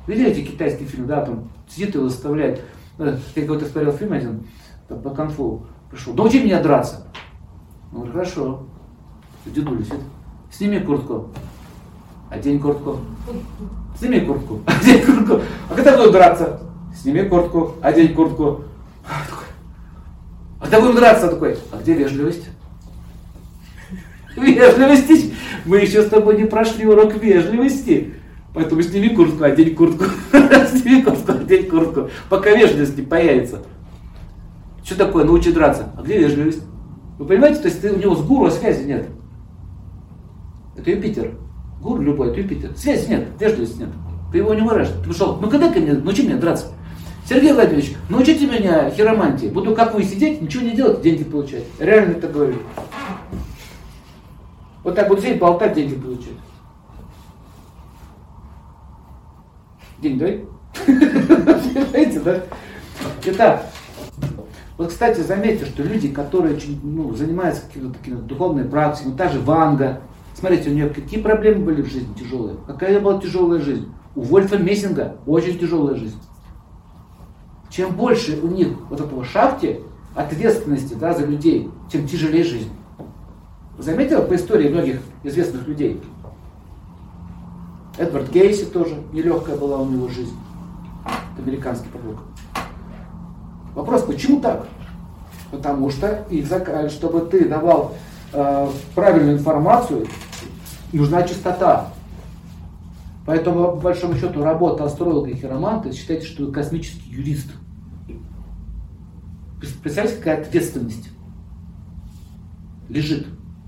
Видели эти китайские фильмы, да, там сидит и выставляет. Я какой-то смотрел фильм один, там, по конфу пришел. Научи меня драться. Он говорит, хорошо. Дедуля сидит. Сними куртку. Одень куртку. Сними куртку. Одень куртку. А когда будем драться? Сними куртку. Одень куртку. А когда будем драться? Такой, а где вежливость? Вежливости. Мы еще с тобой не прошли урок вежливости. Поэтому сними куртку, одень куртку. Сними куртку, одень куртку. Пока вежливость не появится. Что такое научи драться? А где вежливость? Вы понимаете, то есть у него с гуру связи нет. Это Юпитер. Гуру любой, это Юпитер. Связи нет, вежливости нет. Ты его не выражаешь. Ты пришел, ну когда ко мне, научи меня драться. Сергей Владимирович, научите меня хиромантии. Буду как вы сидеть, ничего не делать, деньги получать. Реально это говорю. Вот так буду сидеть, болтать, деньги получать. Деньги дай. Понимаете, да? Итак, вот, кстати, заметьте, что люди, которые занимаются какими-то такими духовными практиками, та же Ванга, смотрите, у нее какие проблемы были в жизни тяжелые. Какая была тяжелая жизнь? У Вольфа Мессинга очень тяжелая жизнь. Чем больше у них вот этого шахти, ответственности, да, за людей, тем тяжелее жизнь. Заметила по истории многих известных людей? Эдвард Гейси тоже, нелегкая была у него жизнь. Это американский пророк. Вопрос, почему так? Потому что, чтобы ты давал правильную информацию, нужна чистота. Поэтому, по большому счету, работа астролога и хироманта, считайте, что вы космический юрист. Представляете, какая ответственность лежит.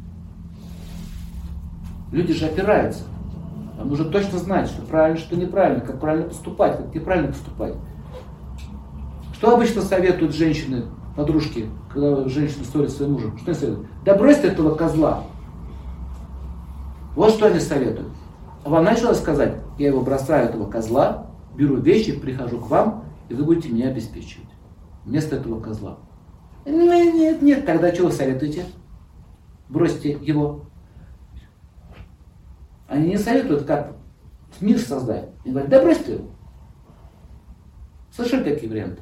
Люди же опираются. Вам нужно точно знать, что правильно, что неправильно, как правильно поступать, как неправильно поступать. Что обычно советуют женщины, подружки, когда женщина ссорится с своим мужем? Что они советуют? Да брось ты этого козла. Вот что они советуют. А вам начала сказать, я его бросаю, этого козла, беру вещи, прихожу к вам, и вы будете меня обеспечивать. Вместо этого козла. Нет, тогда что вы советуете? Бросьте его. Они не советуют, как мир создать. Они говорят, да брось ты его. Слышали такие варианты?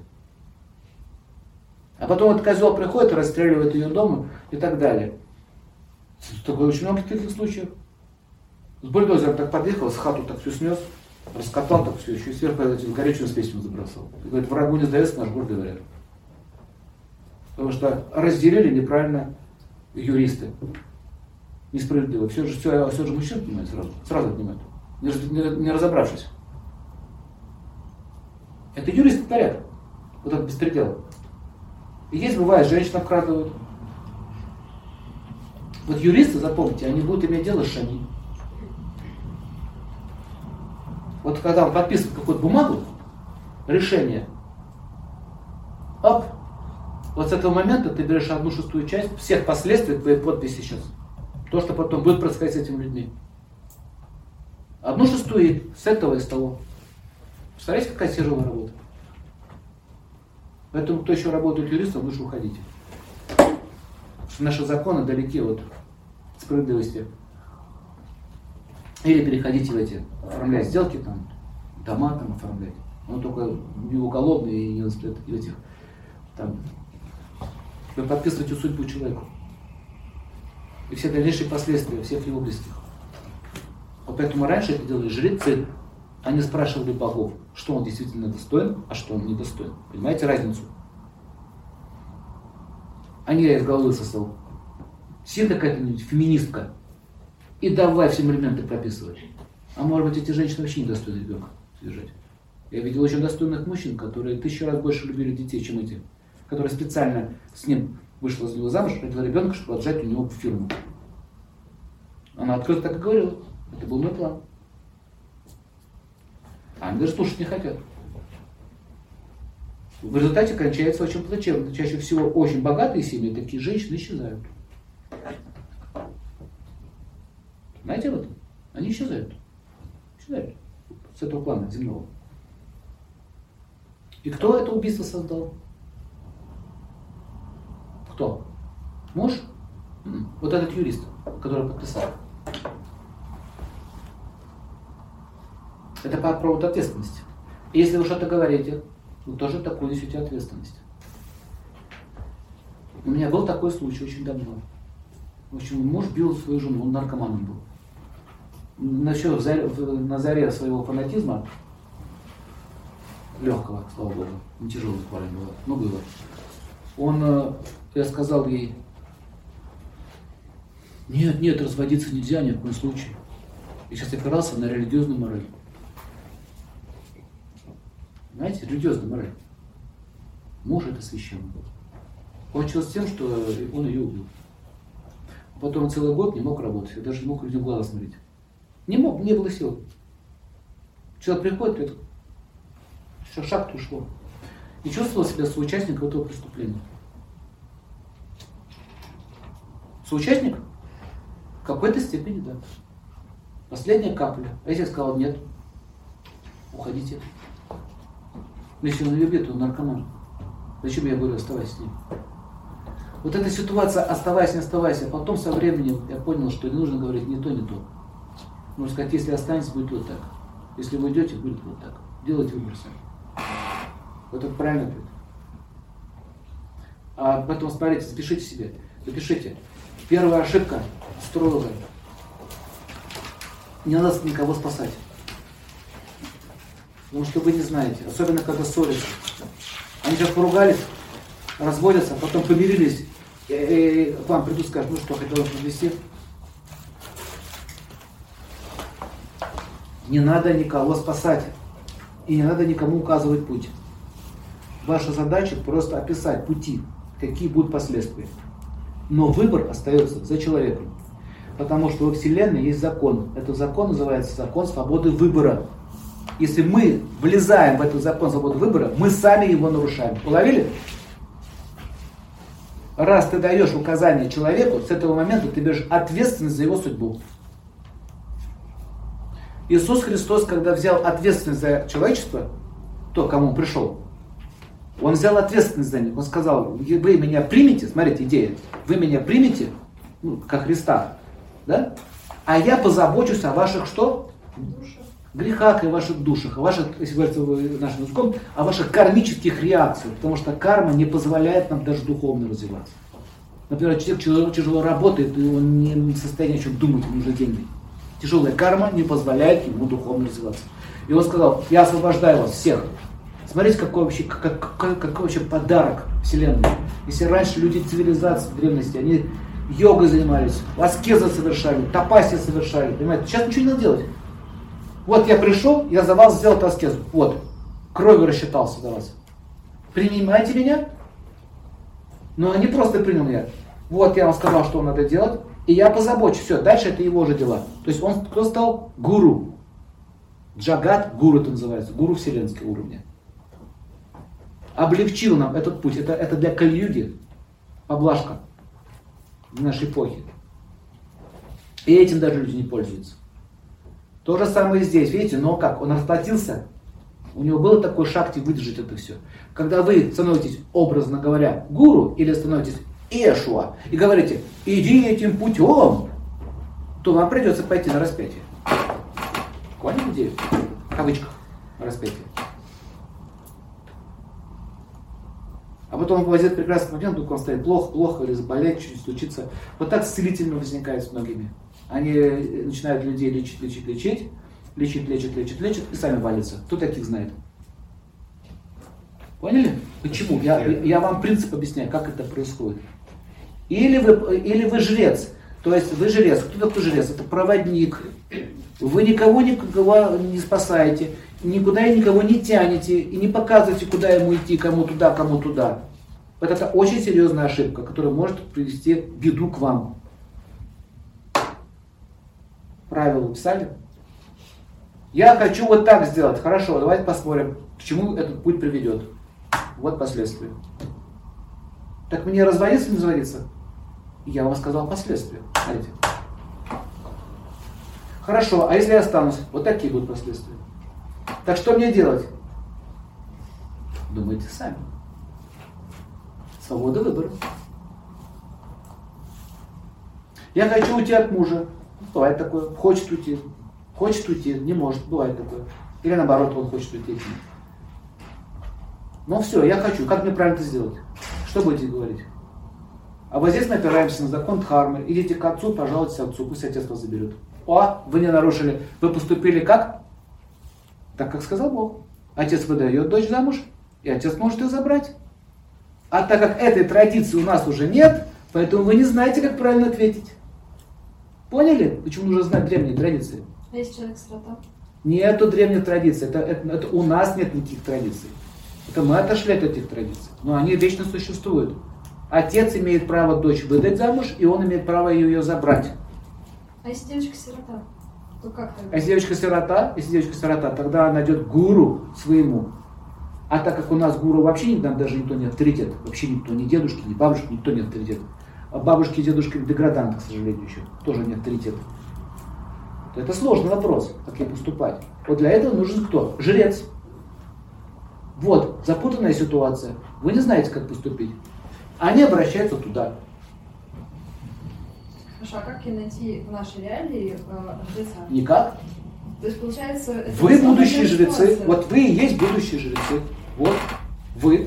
А потом этот козел приходит, расстреливает ее дома и так далее. Такое очень много таких случаев. С бульдозером так подъехал, с хату так все снес, раскопал так все, еще и сверху горячую спесью забросал. И говорит, врагу не сдается наш город, говорят. Потому что разделили неправильно юристы. Несправедливо. Все же мужчина понимает сразу понимает, не разобравшись. Это юристы творят. Вот этот беспредел. И есть, бывает, женщина вкрадывают. Вот юристы, запомните, они будут иметь дело с шами. Вот когда он подписывает какую-то бумагу, решение, оп, вот с этого момента ты берешь 1/6 часть всех последствий твоей подписи сейчас. То, что потом будет происходить с этими людьми. 1/6 с этого и с того. Представляете, какая тяжелая работа? Поэтому, кто еще работает юристом, лучше уходите. Потому что наши законы далеки от справедливости. Или переходите в эти, оформлять сделки, там, дома там оформлять. Но только не уголовные и не в этих. Там, вы подписываете судьбу человеку. И все дальнейшие последствия всех его близких. Вот поэтому раньше это делали жрецы. Они спрашивали богов, что он действительно достоин, а что он недостоин. Понимаете разницу? А не я из головы сосал. Сидит какая-то феминистка. И давай всем элементы прописывать. А может быть, эти женщины вообще недостойны ребенка содержать. Я видел очень достойных мужчин, которые 1000 раз больше любили детей, чем эти. Которые специально с ним вышла за него замуж, родила ребенка, чтобы отжать у него фирму. Она открыто так и говорила. Это был мой план. А они даже слушать не хотят. В результате кончается очень плачевно. Чаще всего очень богатые семьи, такие женщины исчезают. Знаете об этом? Они исчезают. Исчезают. С этого плана земного. И кто это убийство создал? Кто? Муж? Вот этот юрист, который подписал. Это по поводу ответственности. И если вы что-то говорите, вы тоже такую несете ответственность. У меня был такой случай очень давно. В общем, муж бил свою жену, он наркоманом был. На заре своего фанатизма, легкого, слава богу, не тяжелый парень был, но было. Я сказал ей: нет, разводиться нельзя ни в коем случае. И сейчас опирался на религиозную мораль. Знаете, религиозная мораль. Муж это священный. Кончилось тем, что он ее убил. Потом он целый год не мог работать, я даже не мог в глаза смотреть. Не мог, не было сил. Человек приходит, говорит, что шаг-то ушло. И чувствовал себя соучастником этого преступления. Соучастник? В какой-то степени, да. Последняя капля. А если я сказал нет, уходите. Но если он ее бьет, он наркоман. Зачем я говорю, оставайся с ним? Вот эта ситуация, оставайся, не оставайся. Потом со временем я понял, что не нужно говорить ни то, ни то. Нужно сказать, если останетесь, будет вот так. Если вы уйдете, будет вот так. Делайте выбор сами. Вот это правильный ответ. А поэтому смотрите, запишите себе. Запишите. Первая ошибка строгая. Не надо никого спасать. Потому что вы не знаете. Особенно, когда ссорятся. Они сейчас поругались, разводятся, потом помирились. И к вам придут и скажут, ну что, хотел вас подвести. Не надо никого спасать. И не надо никому указывать путь. Ваша задача просто описать пути, какие будут последствия. Но выбор остается за человеком. Потому что во Вселенной есть закон. Этот закон называется закон свободы выбора. Если мы влезаем в этот закон свободы выбора, мы сами его нарушаем. Уловили? Раз ты даешь указания человеку, с этого момента ты берешь ответственность за его судьбу. Иисус Христос, когда взял ответственность за человечество, то, к кому он пришел, он взял ответственность за них. Он сказал, вы меня примете, смотрите, идея, вы меня примете, как Христа, да? А я позабочусь о ваших что? Грехах и ваших душах, о ваших, если говорить нашим языком, о ваших кармических реакциях, потому что карма не позволяет нам даже духовно развиваться. Например, человек тяжело работает, и он не в состоянии о чем думать, ему нужны деньги. Тяжелая карма не позволяет ему духовно развиваться. И он сказал, я освобождаю вас всех. Смотрите, какой вообще подарок Вселенной. Если раньше люди цивилизации в древности, они йогой занимались, аскезы совершали, тапасия совершали, понимаете, сейчас ничего не надо делать. Вот я пришел, я за вас сделал аскезу. Вот, кровью рассчитался за вас. Принимайте меня. Но не просто принял я. Вот я вам сказал, что надо делать, и я позабочусь. Все, дальше это его же дела. То есть он кто стал? Гуру. Джагат, гуру это называется, гуру вселенского уровня. Облегчил нам этот путь. Это для Кали-юги поблажка в нашей эпохе. И этим даже люди не пользуются. То же самое и здесь, видите, но как? Он расплатился, у него было такой шакти выдержать это все. Когда вы становитесь, образно говоря, гуру или становитесь Иешуа и говорите, иди этим путем, то вам придется пойти на распятие. Поняли идею? В кавычках распятие. А потом возит прекрасный момент, вдруг он стоит плохо, или заболеет, что-нибудь случится. Вот так целительно возникает с многими. Они начинают людей лечить, и сами валятся. Кто таких знает? Поняли? Почему? Я вам принцип объясняю, как это происходит. Или вы жрец. То есть вы жрец. Кто такой жрец? Это проводник. Вы никого не спасаете, никуда и никого не тянете, и не показываете, куда ему идти, кому туда, кому туда. Вот это очень серьезная ошибка, которая может привести беду к вам. Правила писали? Я хочу вот так сделать. Хорошо, давайте посмотрим, к чему этот путь приведет. Вот последствия. Так мне разводиться или не разводиться? Я вам сказал последствия. Смотрите. Хорошо, а если я останусь? Вот такие будут последствия. Так что мне делать? Думайте сами. Свобода выбора. Я хочу уйти от мужа. Бывает такое. Хочет уйти, не может. Бывает такое. Или наоборот, он хочет уйти. Ну все, я хочу. Как мне правильно это сделать? Что будете говорить? А вот здесь мы опираемся на закон дхармы. Идите к отцу, пожалуйтесь отцу, пусть отец вас заберет. О, вы не нарушили. Вы поступили как? Так, как сказал Бог. Отец выдает дочь замуж, и отец может ее забрать. А так как этой традиции у нас уже нет, поэтому вы не знаете, как правильно ответить. Поняли? Почему нужно знать древние традиции? А если человек-сирота? Нету древних традиций. Это у нас нет никаких традиций. Это мы отошли от этих традиций. Но они вечно существуют. Отец имеет право дочь выдать замуж, и он имеет право ее забрать. А если девочка-сирота, то как тогда? А если девочка-сирота, тогда она идет к гуру своему. А так как у нас гуру вообще даже никто не авторитет, вообще никто, ни дедушки, ни бабушки, никто не авторитет. А бабушки и дедушки деграданты, к сожалению, еще тоже не авторитет. То это сложный вопрос, как ей поступать. Вот для этого нужен кто? Жрец. Вот, запутанная ситуация. Вы не знаете, как поступить. Они обращаются туда. Хорошо, а как ей найти в нашей реалии жреца? Никак. То есть получается... Вы будущие жрецы. Вот вы и есть будущие жрецы. Вот вы.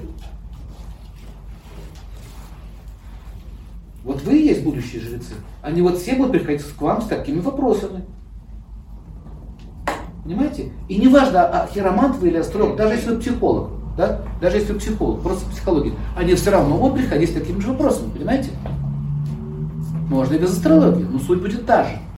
Вот вы и есть будущие жрецы. Они вот все будут приходить к вам с такими вопросами. Понимаете? И неважно, хиромант вы или астролог, даже если вы психолог, да? Даже если вы психолог, просто психология, они все равно будут приходить с такими же вопросами, понимаете? Можно и без астрологии, но суть будет та же.